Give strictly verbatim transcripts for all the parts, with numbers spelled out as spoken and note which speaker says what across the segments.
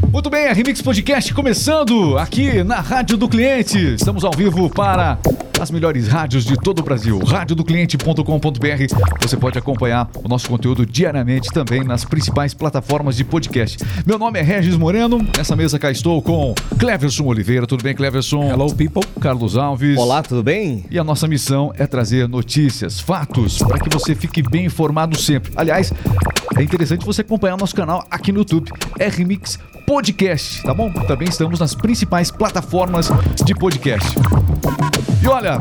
Speaker 1: Muito bem, a Remix Podcast começando aqui na Rádio do Cliente. Estamos ao vivo para as melhores rádios de todo o Brasil. rádio do cliente ponto com ponto b r. Você pode acompanhar o nosso conteúdo diariamente também nas principais plataformas de podcast. Meu nome é Regis Moreno. Nessa mesa cá estou com Cleverson Oliveira. Tudo bem, Cleverson?
Speaker 2: Hello, people.
Speaker 1: Carlos Alves.
Speaker 2: Olá, tudo bem?
Speaker 1: E a nossa missão é trazer notícias, fatos, para que você fique bem informado sempre. Aliás, é interessante você acompanhar o nosso canal aqui no YouTube. É Remix Podcast, tá bom? Também estamos nas principais plataformas de podcast. E olha,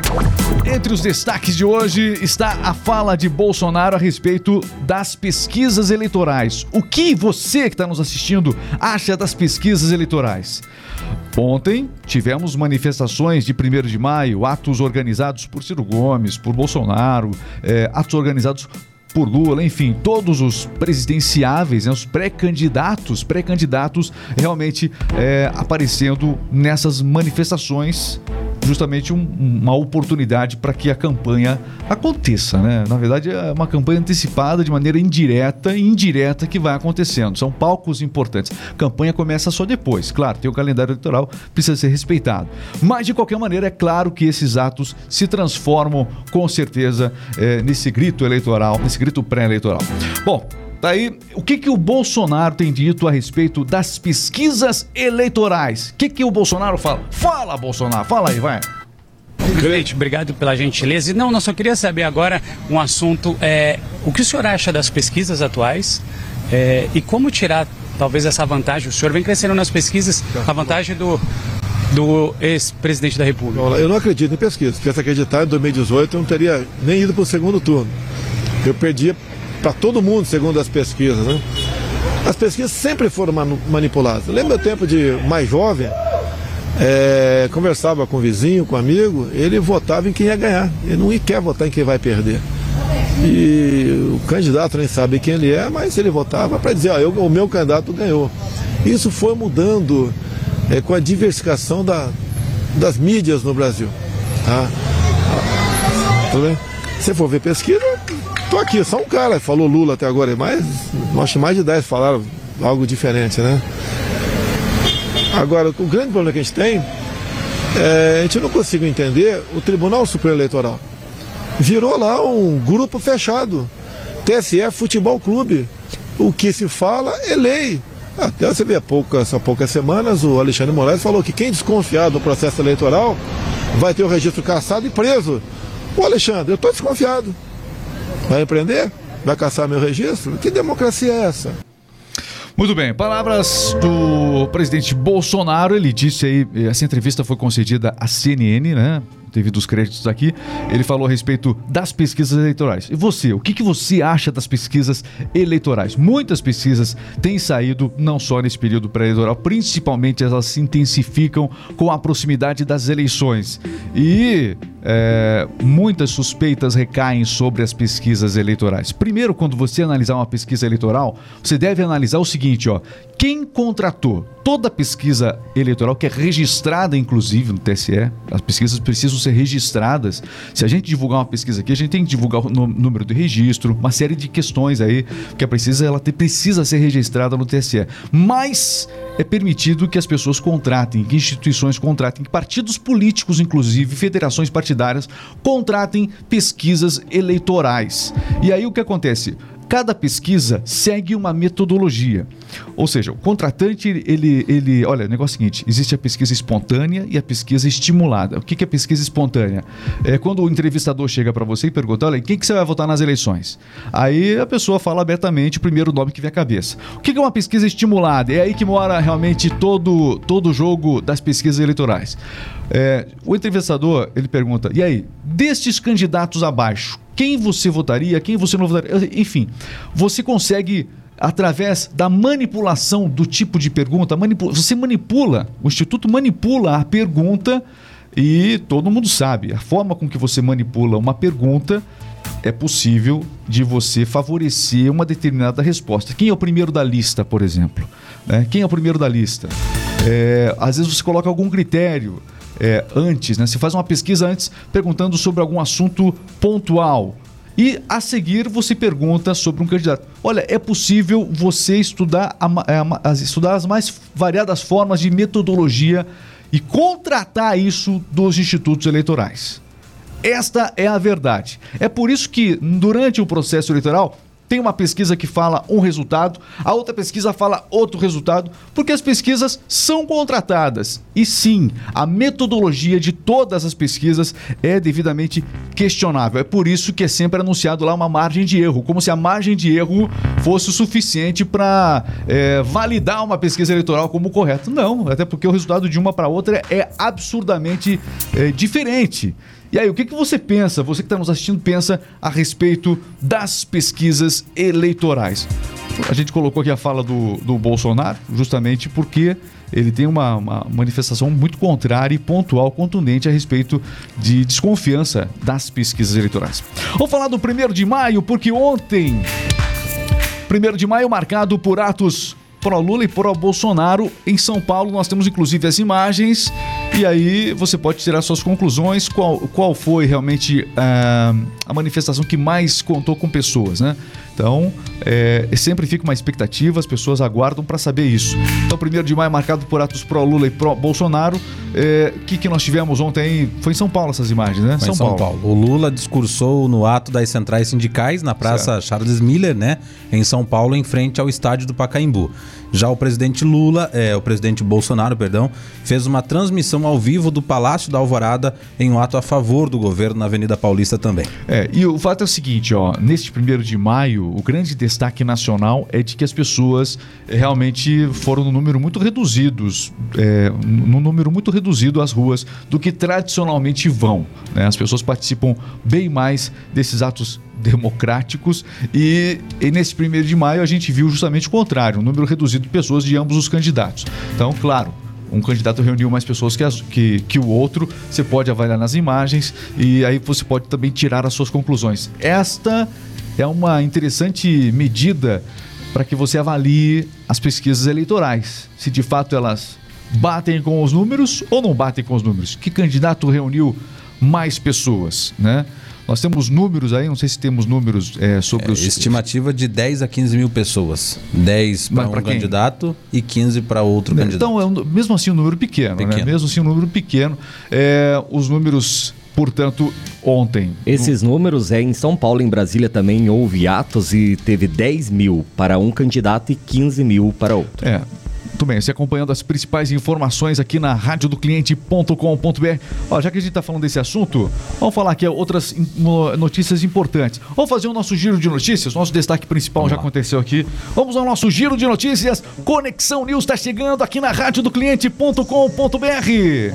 Speaker 1: entre os destaques de hoje está a fala de Bolsonaro a respeito das pesquisas eleitorais. O que você que está nos assistindo acha das pesquisas eleitorais? Ontem tivemos manifestações de primeiro de maio, atos organizados por Ciro Gomes, por Bolsonaro, é, atos organizados por Lula, enfim, todos os presidenciáveis, né, os pré-candidatos, pré-candidatos realmente é, aparecendo nessas manifestações, justamente um, uma oportunidade para que a campanha aconteça, né? Na verdade, é uma campanha antecipada de maneira indireta e indireta que vai acontecendo. São palcos importantes. A campanha começa só depois. Claro, tem o calendário eleitoral, precisa ser respeitado. Mas, de qualquer maneira, é claro que esses atos se transformam, com certeza, é, nesse grito eleitoral, nesse grito pré-eleitoral. Bom, tá aí, o que que o Bolsonaro tem dito a respeito das pesquisas eleitorais? O que que o Bolsonaro fala? Fala, Bolsonaro, fala aí, vai.
Speaker 3: Presidente, obrigado pela gentileza. Não, não, só queria saber agora um assunto, é, o que o senhor acha das pesquisas atuais é, e como tirar talvez essa vantagem? O senhor vem crescendo nas pesquisas, a vantagem do, do ex-presidente da República.
Speaker 4: Eu não acredito em pesquisa. Se tivesse acreditado em dois mil e dezoito, eu não teria nem ido para o segundo turno. Eu perdia para todo mundo, segundo as pesquisas, né? As pesquisas sempre foram manipuladas. Lembra o tempo de mais jovem, é, conversava com o vizinho, com o amigo, ele votava em quem ia ganhar, ele não quer votar em quem vai perder. E o candidato nem sabe quem ele é, mas ele votava para dizer, ó, eu, o meu candidato ganhou. Isso foi mudando é, com a diversificação da, das mídias no Brasil. Tá? Tudo bem? Se for ver pesquisa, tô aqui, só um cara falou Lula até agora, mas acho que mais de dez falaram algo diferente, né? Agora, o grande problema que a gente tem é a gente não consegue entender o Tribunal Superior Eleitoral. Virou lá um grupo fechado, T S E Futebol Clube. O que se fala é lei. Até você vê há poucas, há poucas semanas o Alexandre Moraes falou que quem desconfiar do processo eleitoral vai ter o registro cassado e preso. Ô Alexandre, eu estou desconfiado. Vai empreender? Vai caçar meu registro? Que democracia é essa?
Speaker 1: Muito bem, palavras do presidente Bolsonaro. Ele disse aí, essa entrevista foi concedida à C N N, né? Devido aos créditos aqui, ele falou a respeito das pesquisas eleitorais. E você, o que, que você acha das pesquisas eleitorais? Muitas pesquisas têm saído, não só nesse período pré-eleitoral, principalmente elas se intensificam com a proximidade das eleições. E é, muitas suspeitas recaem sobre as pesquisas eleitorais. Primeiro, quando você analisar uma pesquisa eleitoral, você deve analisar o seguinte, ó, quem contratou? Toda pesquisa eleitoral que é registrada, inclusive, no T S E, as pesquisas precisam ser registradas. Se a gente divulgar uma pesquisa aqui, a gente tem que divulgar o número de registro, uma série de questões aí, que a precisa, ela precisa ser registrada no T S E. Mas é permitido que as pessoas contratem, que instituições contratem, que partidos políticos, inclusive, federações partidárias, contratem pesquisas eleitorais. E aí o que acontece? Cada pesquisa segue uma metodologia. Ou seja, o contratante, ele, ele... Olha, o negócio é o seguinte, existe a pesquisa espontânea e a pesquisa estimulada. O que é pesquisa espontânea? É quando o entrevistador chega para você e pergunta, olha, quem que você vai votar nas eleições? Aí a pessoa fala abertamente o primeiro nome que vem à cabeça. O que é uma pesquisa estimulada? É aí que mora realmente todo, todo o jogo das pesquisas eleitorais. É, o entrevistador, ele pergunta, e aí, destes candidatos abaixo, quem você votaria, quem você não votaria? Enfim, você consegue, através da manipulação do tipo de pergunta, manipula, você manipula, o Instituto manipula a pergunta e todo mundo sabe, a forma com que você manipula uma pergunta é possível de você favorecer uma determinada resposta. Quem é o primeiro da lista, por exemplo? Né? Quem é o primeiro da lista? É, às vezes você coloca algum critério É, antes, né? Você faz uma pesquisa antes perguntando sobre algum assunto pontual. E a seguir você pergunta sobre um candidato. Olha, é possível você estudar, a, a, a, estudar as mais variadas formas de metodologia e contratar isso dos institutos eleitorais. Esta é a verdade. É por isso que durante o processo eleitoral tem uma pesquisa que fala um resultado, a outra pesquisa fala outro resultado, porque as pesquisas são contratadas. E sim, a metodologia de todas as pesquisas é devidamente questionável. É por isso que é sempre anunciado lá uma margem de erro, como se a margem de erro fosse o suficiente para é, validar uma pesquisa eleitoral como correta. Não, até porque o resultado de uma para outra é absurdamente é, diferente. E aí, o que, que você pensa, você que está nos assistindo, pensa a respeito das pesquisas eleitorais? A gente colocou aqui a fala do, do Bolsonaro, justamente porque ele tem uma, uma manifestação muito contrária e pontual, contundente a respeito de desconfiança das pesquisas eleitorais. Vamos falar do primeiro de maio, porque ontem, primeiro de maio marcado por atos pró-Lula e pró-Bolsonaro em São Paulo. Nós temos inclusive as imagens e aí você pode tirar suas conclusões, qual, qual foi realmente a, a manifestação que mais contou com pessoas, né? Então, é, sempre fica uma expectativa, as pessoas aguardam para saber isso. Então, primeiro de maio marcado por atos pró-Lula e pró-Bolsonaro. O é, que, que nós tivemos ontem? Foi em São Paulo essas imagens, né?
Speaker 2: Foi São, São Paulo. Paulo. O Lula discursou no ato das centrais sindicais na Praça certo. Charles Miller, né? Em São Paulo, em frente ao estádio do Pacaembu. Já o presidente Lula, é, o presidente Bolsonaro, perdão, fez uma transmissão ao vivo do Palácio da Alvorada em um ato a favor do governo na Avenida Paulista também.
Speaker 1: É, e o fato é o seguinte, ó, neste primeiro de maio, o grande destaque nacional é de que as pessoas realmente foram num número muito reduzidos, é, num número muito reduzido às ruas do que tradicionalmente vão, né? As pessoas participam bem mais desses atos democráticos e, e nesse primeiro de maio a gente viu justamente o contrário, um número reduzido de pessoas de ambos os candidatos. Então, claro, um candidato reuniu mais pessoas que, as, que, que o outro, você pode avaliar nas imagens e aí você pode também tirar as suas conclusões. Esta é uma interessante medida para que você avalie as pesquisas eleitorais, se de fato elas batem com os números ou não batem com os números. Que candidato reuniu mais pessoas, né? Nós temos números aí, não sei se temos números é, sobre
Speaker 2: é,
Speaker 1: os...
Speaker 2: Estimativa de dez a quinze mil pessoas. dez para um quem? candidato e quinze para outro
Speaker 1: então,
Speaker 2: candidato.
Speaker 1: Então, é um, mesmo assim um número pequeno, pequeno. né? Mesmo assim um número pequeno. É, os números, portanto, ontem...
Speaker 5: Esses no... números é em São Paulo, em Brasília também houve atos e teve dez mil para um candidato e quinze mil para outro.
Speaker 1: É. Muito bem, você acompanhando as principais informações aqui na rádio do cliente ponto com ponto b r. Ó, já que a gente está falando desse assunto, vamos falar aqui outras notícias importantes. Vamos fazer o nosso giro de notícias, nosso destaque principal vamos já lá. aconteceu aqui. Vamos ao nosso giro de notícias. Conexão News está chegando aqui na rádio do cliente ponto com ponto b r.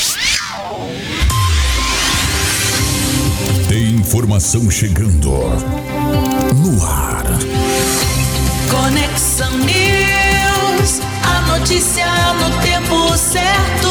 Speaker 6: Tem informação chegando no ar.
Speaker 7: Conexão News, a notícia no tempo certo.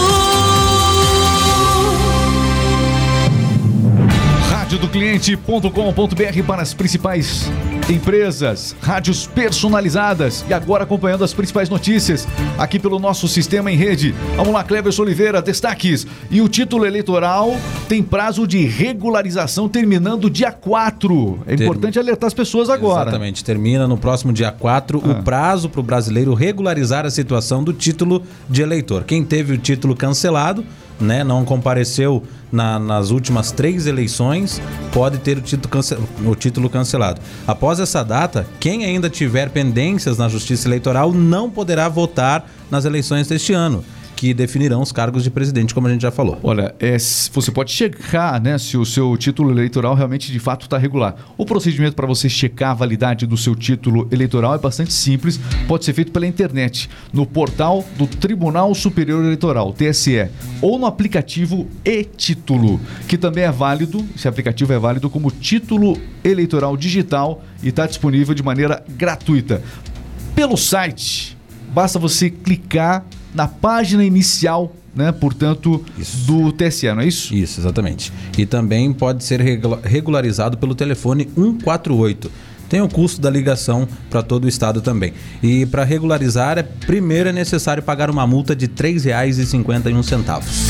Speaker 1: rádio do cliente ponto com ponto b r para as principais empresas, rádios personalizadas e agora acompanhando as principais notícias aqui pelo nosso sistema em rede. Vamos lá, Cleverson Oliveira, destaques. E o título eleitoral tem prazo de regularização terminando dia quatro. É Term... importante alertar as pessoas agora.
Speaker 2: Exatamente, termina no próximo dia quatro ah. o prazo para o brasileiro regularizar a situação do título de eleitor. Quem teve o título cancelado, né, não compareceu na, nas últimas três eleições, pode ter o título, cance, o título cancelado. Após essa data, quem ainda tiver pendências na Justiça Eleitoral não poderá votar nas eleições deste ano, que definirão os cargos de presidente, como a gente já falou.
Speaker 1: Olha, é, você pode checar, né, se o seu título eleitoral realmente de fato está regular. O procedimento para você checar a validade do seu título eleitoral é bastante simples, pode ser feito pela internet, no portal do Tribunal Superior Eleitoral, T S E, ou no aplicativo e-Título, que também é válido, esse aplicativo é válido como título eleitoral digital e está disponível de maneira gratuita. Pelo site, basta você clicar na página inicial, né, portanto, isso. do T S E, não é isso?
Speaker 2: Isso, exatamente. E também pode ser regularizado pelo telefone um quatro oito. Tem o custo da ligação para todo o estado também. E para regularizar, é, primeiro é necessário pagar uma multa de três reais e cinquenta e um centavos.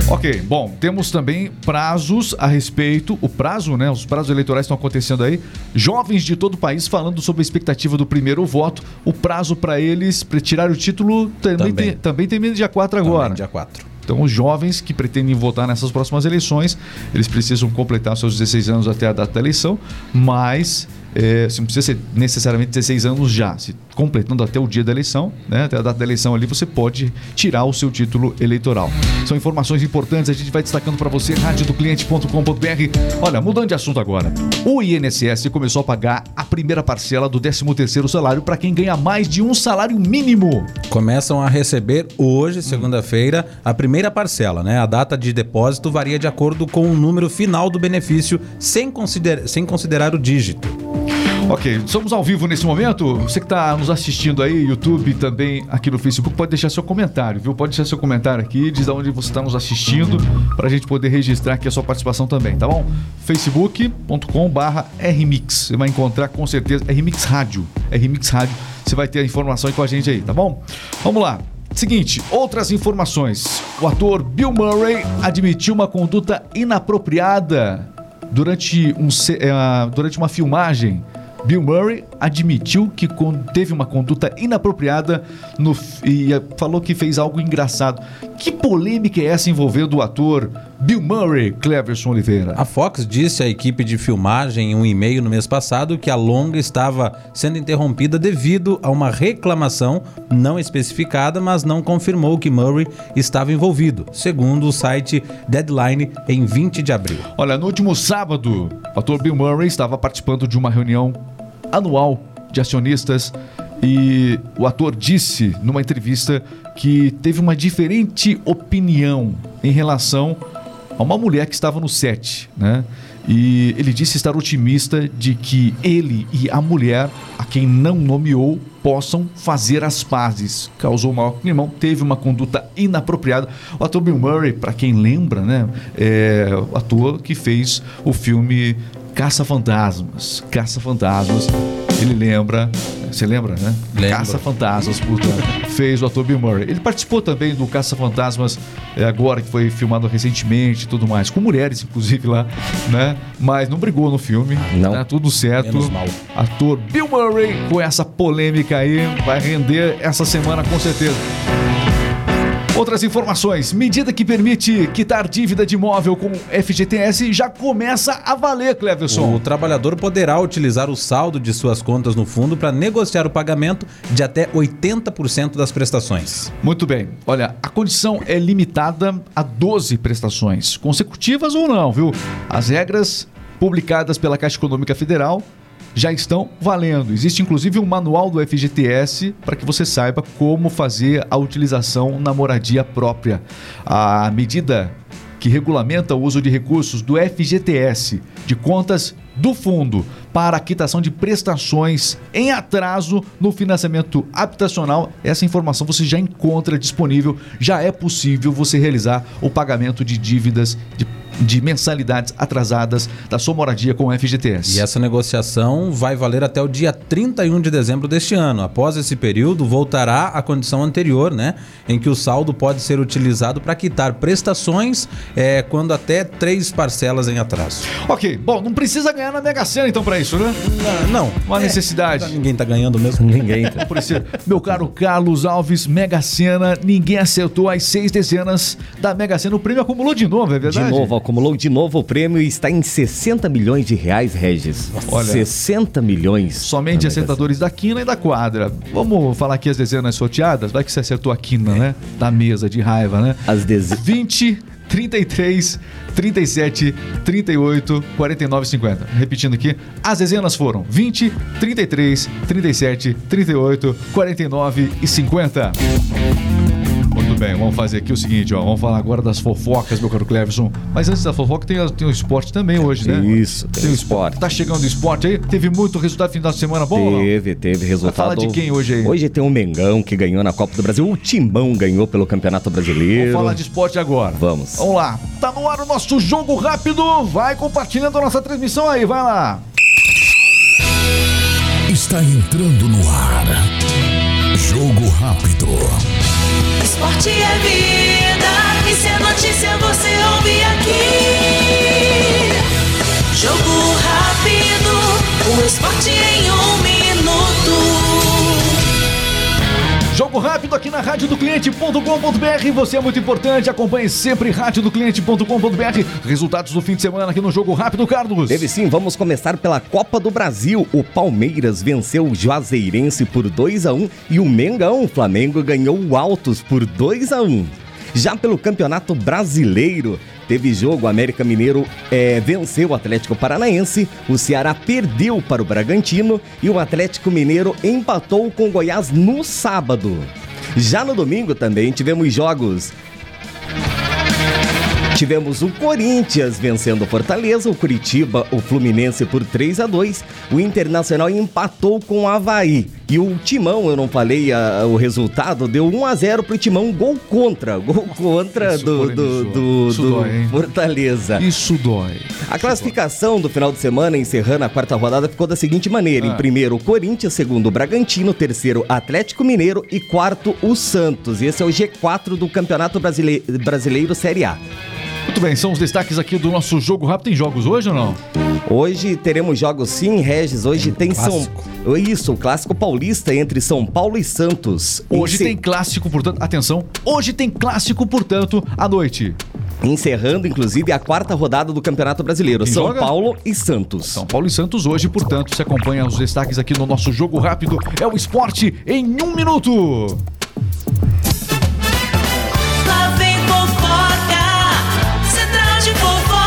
Speaker 1: Ok, bom, temos também prazos a respeito, o prazo, né? Os prazos eleitorais estão acontecendo aí. Jovens de todo o país falando sobre a expectativa do primeiro voto. O prazo para eles, para tirar o título, também,
Speaker 2: Também.
Speaker 1: Tem, também tem dia quatro agora.
Speaker 2: Também dia quatro.
Speaker 1: Então, os jovens que pretendem votar nessas próximas eleições, eles precisam completar seus dezesseis anos até a data da eleição, mas é, se não precisa ser necessariamente dezesseis anos já, se completando até o dia da eleição, né, até a data da eleição ali, você pode tirar o seu título eleitoral. São informações importantes, a gente vai destacando para você, rádio do cliente ponto com ponto b r. Olha, mudando de assunto agora, o I N S S começou a pagar a primeira parcela do décimo terceiro salário para quem ganha mais de um salário mínimo.
Speaker 2: Começam a receber hoje, segunda-feira, a primeira parcela, né? A data de depósito varia de acordo com o número final do benefício, sem, consider... sem considerar o dígito.
Speaker 1: Ok, estamos ao vivo nesse momento. Você que está nos assistindo aí, YouTube, também aqui no Facebook, pode deixar seu comentário, viu? Pode deixar seu comentário aqui, diz de onde você está nos assistindo, para a gente poder registrar aqui a sua participação também, tá bom? facebook ponto com barra rmix. Você vai encontrar com certeza, Rmix Rádio, Rmix Rádio, você vai ter a informação aí com a gente aí, tá bom? Vamos lá. Seguinte, outras informações. O ator Bill Murray admitiu uma conduta inapropriada durante, um, uh, durante uma filmagem. Bill Murray admitiu que teve uma conduta inapropriada no, e falou que fez algo engraçado. Que polêmica é essa envolvendo o ator Bill Murray, Cleverson Oliveira?
Speaker 2: A Fox disse à equipe de filmagem em um e-mail no mês passado que a longa estava sendo interrompida devido a uma reclamação não especificada, mas não confirmou que Murray estava envolvido, segundo o site Deadline, em vinte de abril.
Speaker 1: Olha, no último sábado, o ator Bill Murray estava participando de uma reunião anual de acionistas e o ator disse numa entrevista que teve uma diferente opinião em relação a uma mulher que estava no set, né? E ele disse estar otimista de que ele e a mulher, a quem não nomeou, possam fazer as pazes. Causou maior climão, teve uma conduta inapropriada. O ator Bill Murray, para quem lembra, né, é o ator que fez o filme Caça-Fantasmas. Caça-Fantasmas. Ele lembra, você lembra, né?
Speaker 2: Lembro.
Speaker 1: Caça-Fantasmas, portanto, fez o ator Bill Murray. Ele participou também do Caça-Fantasmas, é, agora que foi filmado recentemente e tudo mais, com mulheres, inclusive, lá, né? Mas não brigou no filme,
Speaker 5: não.
Speaker 1: Tá tudo certo.
Speaker 2: Menos mal.
Speaker 1: Ator Bill Murray, com essa polêmica aí, vai render essa semana com certeza. Outras informações, medida que permite quitar dívida de imóvel com F G T S já começa a valer, Cleverson.
Speaker 2: O trabalhador poderá utilizar o saldo de suas contas no fundo para negociar o pagamento de até oitenta por cento das prestações.
Speaker 1: Muito bem. Olha, a condição é limitada a doze prestações, consecutivas ou não, viu? As regras publicadas pela Caixa Econômica Federal já estão valendo. Existe inclusive um manual do F G T S para que você saiba como fazer a utilização na moradia própria. A medida que regulamenta o uso de recursos do F G T S de contas do fundo para a quitação de prestações em atraso no financiamento habitacional. Essa informação você já encontra disponível. Já é possível você realizar o pagamento de dívidas de de mensalidades atrasadas da sua moradia com o F G T S.
Speaker 2: E essa negociação vai valer até o dia trinta e um de dezembro deste ano. Após esse período, voltará à condição anterior, né? Em que o saldo pode ser utilizado para quitar prestações é, quando até três parcelas em atraso.
Speaker 1: Ok, bom, não precisa ganhar na Mega Sena então para isso, né?
Speaker 2: Não. não.
Speaker 1: Uma é, necessidade.
Speaker 2: Ninguém tá ganhando mesmo.
Speaker 5: Ninguém tá.
Speaker 1: Por isso, meu caro Carlos Alves, Mega Sena, ninguém acertou as seis dezenas da Mega Sena. O prêmio acumulou de novo, é verdade?
Speaker 5: De novo, acumulou de novo o prêmio e está em sessenta milhões de reais, Regis.
Speaker 1: Olha,
Speaker 5: sessenta milhões.
Speaker 1: Somente acertadores da quina e da quadra. Vamos falar aqui as dezenas sorteadas? Vai que você acertou a quina, né? Da mesa, de raiva, né?
Speaker 5: As dezenas.
Speaker 1: vinte, trinta e três, trinta e sete, trinta e oito, quarenta e nove, cinquenta. Repetindo aqui, as dezenas foram vinte, trinta e três, trinta e sete, trinta e oito, quarenta e nove e cinquenta. Muito bem, vamos fazer aqui o seguinte, ó, vamos falar agora das fofocas, meu caro Cleverson. Mas antes da fofoca tem, tem o esporte também hoje, né?
Speaker 5: Isso, tem, tem o esporte.
Speaker 1: esporte. Tá chegando o esporte aí? Teve muito resultado no final de semana bom?
Speaker 5: Teve, teve resultado.
Speaker 1: Vai falar de quem hoje aí?
Speaker 5: Hoje tem o Mengão que ganhou na Copa do Brasil, o Timão ganhou pelo Campeonato Brasileiro.
Speaker 1: Vamos falar de esporte agora.
Speaker 5: Vamos.
Speaker 1: Vamos lá. Tá no ar o nosso Jogo Rápido. Vai compartilhando a nossa transmissão aí, vai lá.
Speaker 6: Está entrando no ar. Jogo Rápido.
Speaker 7: Esporte é vida, e se é notícia você
Speaker 1: Jogo Rápido aqui na rádio do cliente ponto com ponto b r. Você é muito importante, acompanhe sempre rádio do cliente ponto com ponto b r. Resultados do fim de semana aqui no Jogo Rápido, Carlos.
Speaker 5: Teve sim, vamos começar pela Copa do Brasil. O Palmeiras venceu o Juazeirense por dois a um e o Mengão, o Flamengo, ganhou o Altos por dois a um. Já pelo Campeonato Brasileiro, teve jogo, o América Mineiro é, venceu o Atlético Paranaense, o Ceará perdeu para o Bragantino e o Atlético Mineiro empatou com o Goiás no sábado. Já no domingo também tivemos jogos. Tivemos o Corinthians vencendo o Fortaleza, o Curitiba, o Fluminense por três a dois, o Internacional empatou com o Avaí. E o Timão, eu não falei a, o resultado, deu um a zero pro Timão, gol contra, gol contra
Speaker 1: Isso
Speaker 5: do, do, do,
Speaker 1: Isso
Speaker 5: do
Speaker 1: dói, hein?
Speaker 5: Fortaleza.
Speaker 1: Isso dói.
Speaker 5: A classificação do final de semana, encerrando a quarta rodada, ficou da seguinte maneira.
Speaker 1: Ah.
Speaker 5: Em primeiro, o Corinthians, segundo, o Bragantino, terceiro, Atlético Mineiro e quarto, o Santos. E esse é o G quatro do Campeonato Brasile... Brasileiro Série A.
Speaker 1: Muito bem, são os destaques aqui do nosso Jogo Rápido. Tem jogos hoje ou não?
Speaker 5: Hoje teremos jogos sim, Regis. Hoje tem, tem
Speaker 2: clássico.
Speaker 5: São... Isso, o clássico paulista entre São Paulo e Santos.
Speaker 1: Hoje
Speaker 5: Encer...
Speaker 1: tem clássico, portanto... Atenção, hoje tem clássico, portanto, à noite.
Speaker 5: Encerrando, inclusive, a quarta rodada do Campeonato Brasileiro.
Speaker 1: Quem
Speaker 5: São
Speaker 1: joga?
Speaker 5: Paulo e Santos.
Speaker 1: São Paulo e Santos hoje, portanto, se acompanha os destaques aqui no nosso Jogo Rápido. É o esporte em um minuto.
Speaker 7: Lá vem fofoca, central de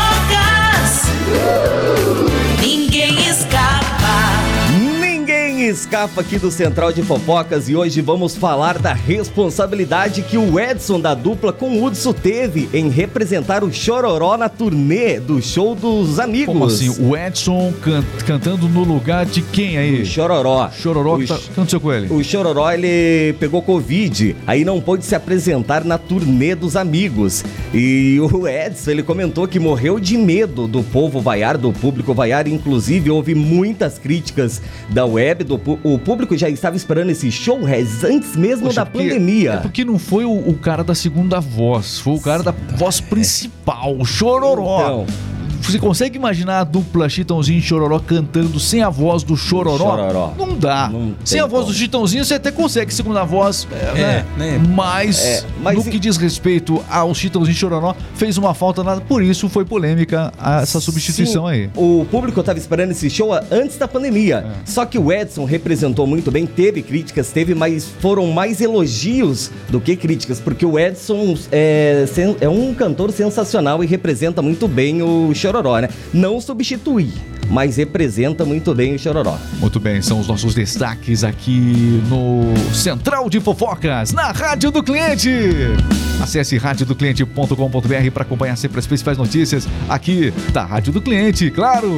Speaker 7: fofocas. Ninguém escapa.
Speaker 5: Ninguém escapa aqui do Central de Fofocas e hoje vamos falar da responsabilidade que o Edson da dupla com o Hudson teve em representar o Chororó na turnê do Show dos Amigos.
Speaker 1: Como assim? O Edson can- cantando no lugar de quem aí?
Speaker 5: O Chororó.
Speaker 1: Chororó,
Speaker 5: O
Speaker 1: que tá...
Speaker 5: Ch-
Speaker 1: o que aconteceu com ele?
Speaker 5: O Chororó, ele pegou Covid, aí não pôde se apresentar na turnê dos Amigos. E o Edson, ele comentou que morreu de medo do povo vaiar, do público vaiar. Inclusive, houve muitas críticas da web, do pu- o público já estava esperando esse show, Rez, antes mesmo
Speaker 1: Poxa,
Speaker 5: da
Speaker 1: porque-
Speaker 5: pandemia.
Speaker 1: É porque não foi o, o cara da segunda voz, foi o cara da voz principal, o Chororó.
Speaker 5: Então.
Speaker 1: Você consegue imaginar a dupla Chitãozinho e Chororó cantando sem a voz do Chororó?
Speaker 5: Chororó.
Speaker 1: Não dá.
Speaker 5: Não
Speaker 1: sem
Speaker 5: tem
Speaker 1: a voz
Speaker 5: como.
Speaker 1: do Chitãozinho você até consegue segunda voz, é, né?
Speaker 2: né?
Speaker 1: Mas,
Speaker 5: É, mas
Speaker 1: no
Speaker 5: e-
Speaker 1: que diz respeito ao Chitãozinho e Chororó, fez uma falta nada, por isso foi polêmica a- essa substituição
Speaker 5: Sim,
Speaker 1: aí.
Speaker 5: O público estava esperando esse show antes da pandemia. Só que o Edson representou muito bem, teve críticas, teve, mas foram mais elogios do que críticas, porque o Edson é, sen- é um cantor sensacional e representa muito bem o Chororó, né? Não substitui, mas representa muito bem o Chororó.
Speaker 1: Muito bem, são os nossos destaques aqui no Central de Fofocas, na Rádio do Cliente. Acesse rádio do cliente ponto com ponto b r para acompanhar sempre as principais notícias aqui da Rádio do Cliente, claro.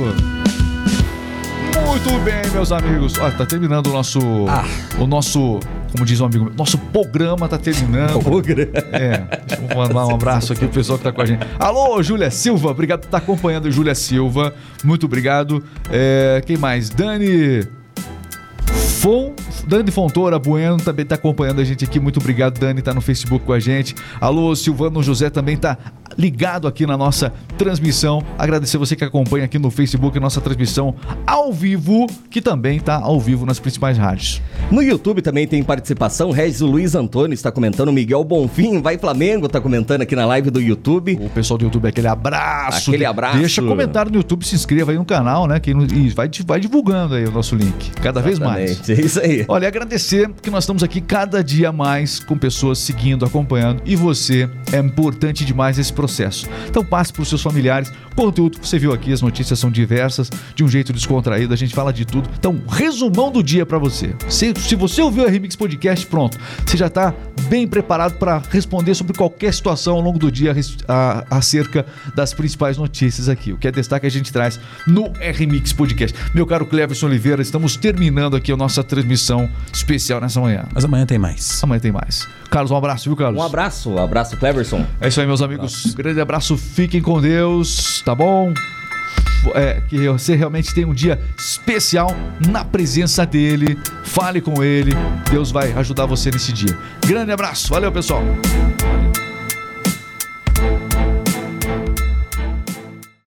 Speaker 1: Muito bem, meus amigos. Olha, tá terminando o nosso,
Speaker 2: Ah.
Speaker 1: o nosso, como diz um amigo meu, nosso programa tá terminando. É, deixa eu mandar um abraço aqui pro pessoal que tá com a gente. Alô, Júlia Silva, obrigado por estar acompanhando, Júlia Silva. Muito obrigado. É, quem mais? Dani Fon, Dani Fontoura Bueno também tá acompanhando a gente aqui. Muito obrigado, Dani, tá no Facebook com a gente. Alô, Silvano José também tá ligado aqui na nossa transmissão. Agradecer você que acompanha aqui no Facebook a nossa transmissão ao vivo, que também tá ao vivo nas principais rádios.
Speaker 5: No YouTube também tem participação. Regis Luiz Antônio está comentando. Miguel Bonfim, vai Flamengo, tá comentando aqui na live do YouTube.
Speaker 1: O pessoal do YouTube, aquele abraço.
Speaker 5: Aquele abraço.
Speaker 1: Deixa comentário no YouTube, se inscreva aí no canal, né? Quem não- e vai, vai divulgando aí o nosso link. Cada vez mais.
Speaker 5: Exatamente, é isso aí.
Speaker 1: Olha, agradecer que nós estamos aqui cada dia mais com pessoas seguindo, acompanhando, e você é importante demais nesse processo. Então passe para os seus familiares. Conteúdo que você viu aqui, as notícias são diversas, de um jeito descontraído, a gente fala de tudo. Então, resumão do dia para você. Se, se você ouviu a Remix Podcast, pronto, você já está bem preparado para responder sobre qualquer situação ao longo do dia a, a, acerca das principais notícias aqui. O que é destaque a gente traz no R-Mix Podcast. Meu caro Cleverson Oliveira, estamos terminando aqui a nossa transmissão especial nessa manhã.
Speaker 2: Mas amanhã tem mais.
Speaker 1: Amanhã tem mais. Carlos, um abraço, viu, Carlos?
Speaker 5: Um abraço, um abraço, Cleverson.
Speaker 1: É isso aí, meus amigos. Grande abraço, fiquem com Deus, tá bom? É, que você realmente tenha um dia especial na presença dele. Fale com ele. Deus vai ajudar você nesse dia. Grande abraço. Valeu, pessoal.